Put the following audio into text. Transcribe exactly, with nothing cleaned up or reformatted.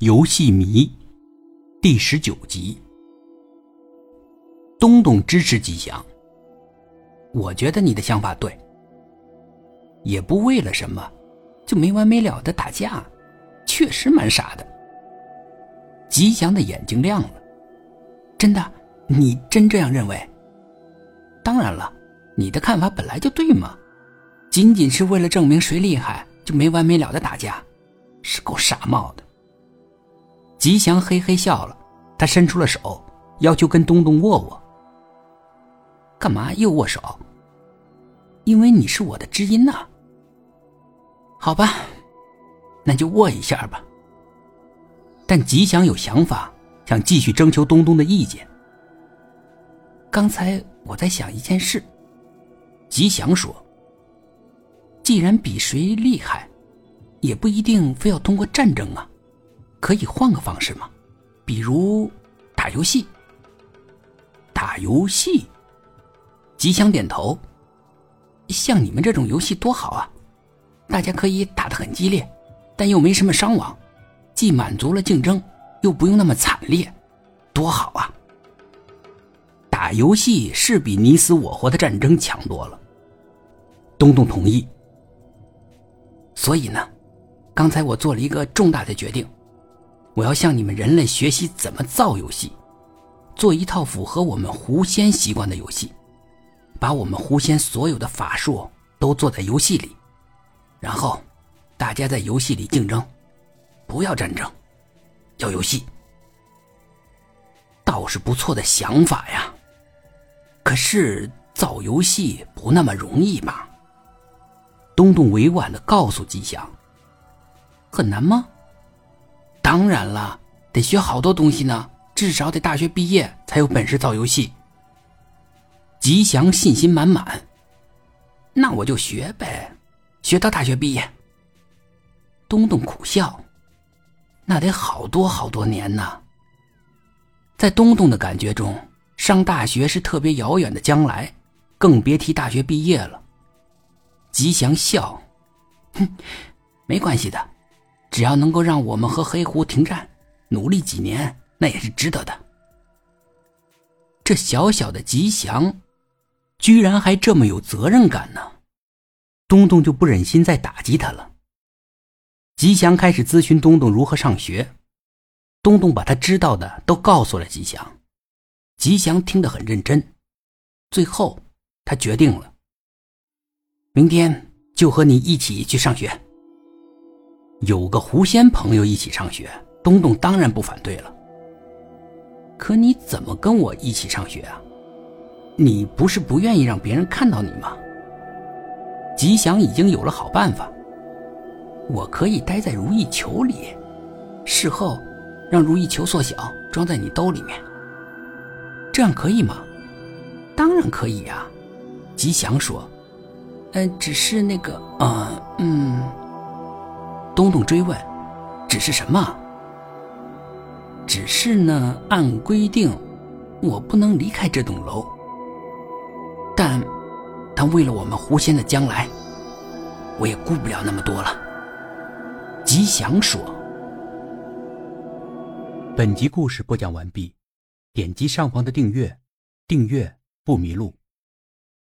游戏迷第十九集。东东支持吉祥，我觉得你的想法对，也不为了什么就没完没了的打架，确实蛮傻的。吉祥的眼睛亮了，真的？你真这样认为？当然了，你的看法本来就对嘛，仅仅是为了证明谁厉害就没完没了的打架，是够傻帽的。吉祥嘿嘿笑了，他伸出了手，要求跟东东握握。干嘛又握手？因为你是我的知音啊。好吧，那就握一下吧。但吉祥有想法，想继续征求东东的意见。刚才我在想一件事，吉祥说，既然比谁厉害，也不一定非要通过战争啊，可以换个方式嘛，比如打游戏。打游戏？吉祥点头，像你们这种游戏多好啊，大家可以打得很激烈，但又没什么伤亡，既满足了竞争，又不用那么惨烈，多好啊。打游戏是比你死我活的战争强多了。东东同意。所以呢，刚才我做了一个重大的决定，我要向你们人类学习怎么造游戏，做一套符合我们狐仙习惯的游戏，把我们狐仙所有的法术都做在游戏里，然后大家在游戏里竞争，不要战争，要游戏。倒是不错的想法呀，可是造游戏不那么容易吧？东东委婉地告诉吉祥。很难吗？当然了，得学好多东西呢，至少得大学毕业才有本事造游戏。吉祥信心满满。那我就学呗，学到大学毕业。东东苦笑，那得好多好多年呢。在东东的感觉中，上大学是特别遥远的将来，更别提大学毕业了。吉祥笑，哼，没关系的，只要能够让我们和黑狐停战，努力几年，那也是值得的。这小小的吉祥，居然还这么有责任感呢。东东就不忍心再打击他了。吉祥开始咨询东东如何上学，东东把他知道的都告诉了吉祥。吉祥听得很认真，最后他决定了，明天就和你一起去上学。有个狐仙朋友一起上学，东东当然不反对了。可你怎么跟我一起上学啊？你不是不愿意让别人看到你吗？吉祥已经有了好办法，我可以待在如意球里，事后让如意球缩小，装在你兜里面，这样可以吗？当然可以呀。吉祥说，呃，只是那个，呃，嗯。东东追问，只是什么？只是呢，按规定，我不能离开这栋楼。但，但为了我们狐仙的将来，我也顾不了那么多了。吉祥说。本集故事播讲完毕，点击上方的订阅，订阅不迷路。